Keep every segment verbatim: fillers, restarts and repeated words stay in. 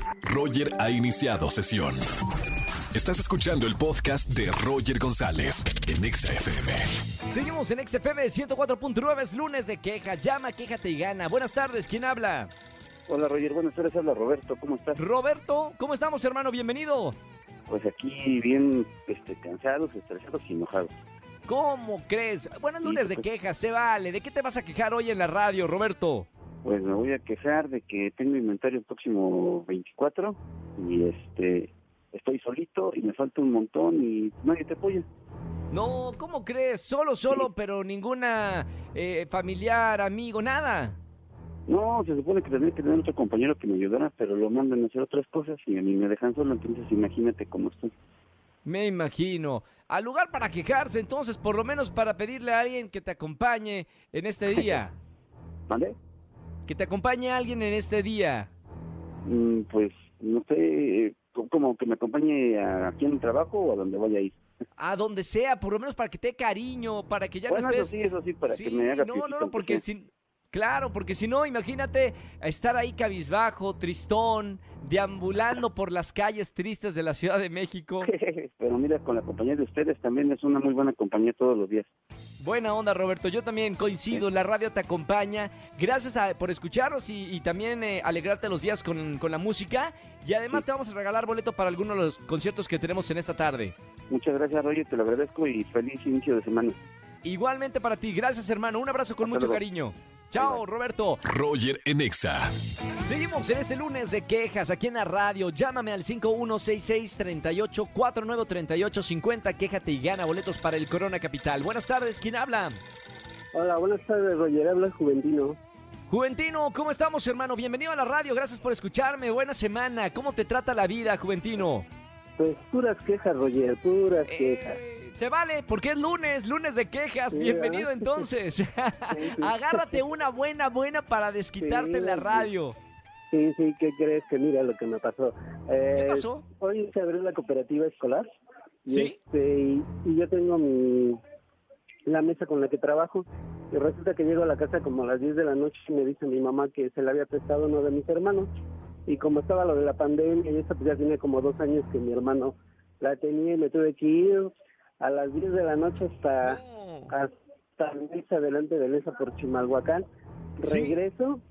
Roger ha iniciado sesión. Estás escuchando el podcast de Roger González en Exa F M. Seguimos en Exa F M ciento cuatro punto nueve, es lunes de quejas. Llama, quéjate y gana. Buenas tardes, ¿quién habla? Hola Roger, buenas tardes, habla Roberto, ¿cómo estás? Roberto, ¿cómo estamos, hermano? Bienvenido. Pues aquí bien este, cansados, estresados y enojados. ¿Cómo crees? Bueno, es lunes de quejas, se vale. ¿De qué te vas a quejar hoy en la radio, Roberto? Pues me voy a quejar de que tengo inventario el próximo veinticuatro y este estoy solito y me falta un montón y nadie te apoya. No, ¿cómo crees? Solo, solo, sí. Pero ninguna eh, familiar, amigo, nada. No, se supone que tendría que tener otro compañero que me ayudara, pero lo mandan a hacer otras cosas y a mí me dejan solo, entonces imagínate cómo estoy. Me imagino. Al lugar para quejarse, entonces, por lo menos para pedirle a alguien que te acompañe en este día. ¿Vale? Que te acompañe a alguien en este día. Mm, pues, no sé, como que me acompañe aquí en el trabajo o a donde vaya a ir. A donde sea, por lo menos para que te dé cariño, para que ya bueno, no estés... Eso sí, eso sí, para sí, que me haga no, física, no, no, porque sí. si... Claro, porque si no, imagínate estar ahí cabizbajo, tristón, deambulando por las calles tristes de la Ciudad de México. Pero mira, con la compañía de ustedes también es una muy buena compañía todos los días. Buena onda, Roberto, yo también coincido, la radio te acompaña. Gracias a, por escucharnos y, y también eh, alegrarte los días con, con la música. Y además sí. Te vamos a regalar boleto para algunos de los conciertos que tenemos en esta tarde. Muchas gracias, Roger, te lo agradezco y feliz inicio de semana. Igualmente para ti, gracias hermano, un abrazo con Hasta mucho luego. Cariño. Chao, Roberto. Roger en Exa. Seguimos en este lunes de quejas aquí en la radio. Llámame al cinco uno seis seis, tres ocho, cuatro nueve, tres ocho cinco cero. Quéjate y gana boletos para el Corona Capital. Buenas tardes, ¿quién habla? Hola, buenas tardes, Roger. Habla Juventino. Juventino, ¿cómo estamos, hermano? Bienvenido a la radio, gracias por escucharme. Buena semana. ¿Cómo te trata la vida, Juventino? Pues puras quejas, Roger, puras eh... quejas. Se vale, porque es lunes, lunes de quejas. Sí, bienvenido entonces. Sí, sí. Agárrate una buena, buena para desquitarte sí, en la radio. Sí, sí, ¿qué crees? Que mira lo que me pasó. Eh, ¿Qué pasó? Hoy se abrió la cooperativa escolar. Y sí. Este, y, y yo tengo mi la mesa con la que trabajo. Y resulta que llego a la casa como a las diez de la noche y me dice mi mamá que se la había prestado uno de mis hermanos. Y como estaba lo de la pandemia y eso, pues ya tiene como dos años que mi hermano la tenía y me tuve que ir a las diez de la noche hasta, no. hasta Mesa, delante de Mesa por Chimalhuacán. ¿Sí? Regreso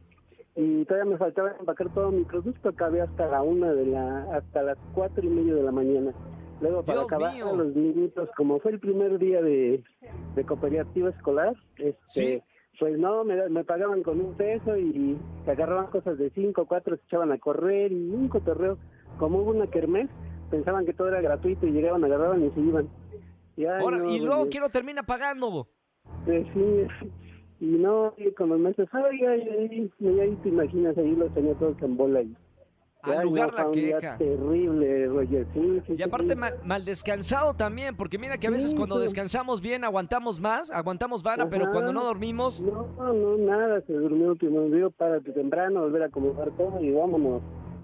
y todavía me faltaba empacar todo mi producto. Acabé hasta la una de la, hasta las cuatro y media de la mañana. Luego para Dios acabar mío. los minutos, como fue el primer día de, de cooperativa escolar, este, ¿Sí? pues no, me, me pagaban con un peso y se agarraban cosas de cinco, cuatro, se echaban a correr y un cotorreo. Como hubo una kermés, pensaban que todo era gratuito y llegaban, agarraban y se iban. Y, ay, Ahora, no, y luego Roger. ¿quién lo termina pagando? Pues sí, y no, y con los meses, ay, ay, ay, y ahí te imaginas, ahí los tenía todos en bola. Y, Al ay, lugar no, la fue un día queja. terrible, Roger, sí, sí. Y aparte sí. mal, mal descansado también, porque mira que a veces Sí, cuando sí. descansamos bien aguantamos más, aguantamos vara, Ajá. pero cuando no dormimos... No, no, nada, se durmió, que me dio párate temprano, volver a acomodar todo y vámonos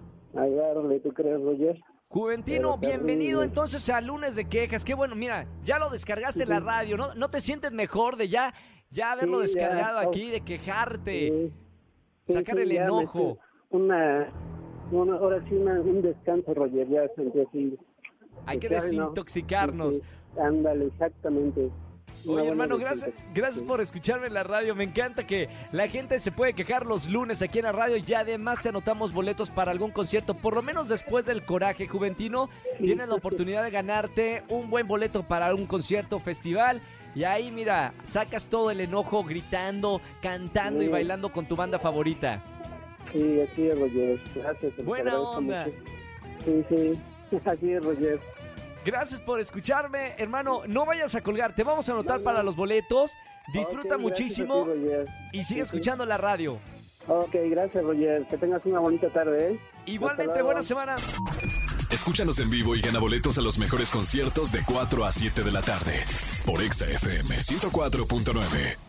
a darle, ¿tú crees, Roger? Juventino, bienvenido entonces a Lunes de Quejas. Qué bueno, mira, ya lo descargaste en la radio, ¿no? ¿No te sientes mejor de ya, ya haberlo Sí, descargado ya, aquí, de quejarte, sí. sacar Sí, el sí, ya enojo? me- Una, una, ahora sí, una, un descanso, Roger, ya sentí así. Hay que Pues, ya, ¿no? desintoxicarnos. Sí, sí. Ándale, exactamente. Una Oye, buena hermano, gracias, desintoxicación. gracias por escucharme en la radio. Me encanta que la gente se puede quejar los lunes aquí en la radio y además te anotamos boletos para algún concierto. Por lo menos después del Coraje Juventino, Sí, tienes la sí, sí. oportunidad de ganarte un buen boleto para un concierto, festival. Y ahí, mira, sacas todo el enojo gritando, cantando y Sí. bailando con tu banda favorita. Sí, así es, Roger. Gracias. te Buena agradezco onda. mucho. Sí, sí. Así es, Roger. Gracias por escucharme, hermano. No vayas a colgar, te vamos a anotar para los boletos. Disfruta Ok, muchísimo gracias a ti, Roger. y sigue Sí, sí. escuchando la radio. Ok, gracias, Roger. Que tengas una bonita tarde, ¿eh? Igualmente, Hasta luego. buena semana. Escúchanos en vivo y gana boletos a los mejores conciertos de cuatro a siete de la tarde por Exa F M ciento cuatro punto nueve.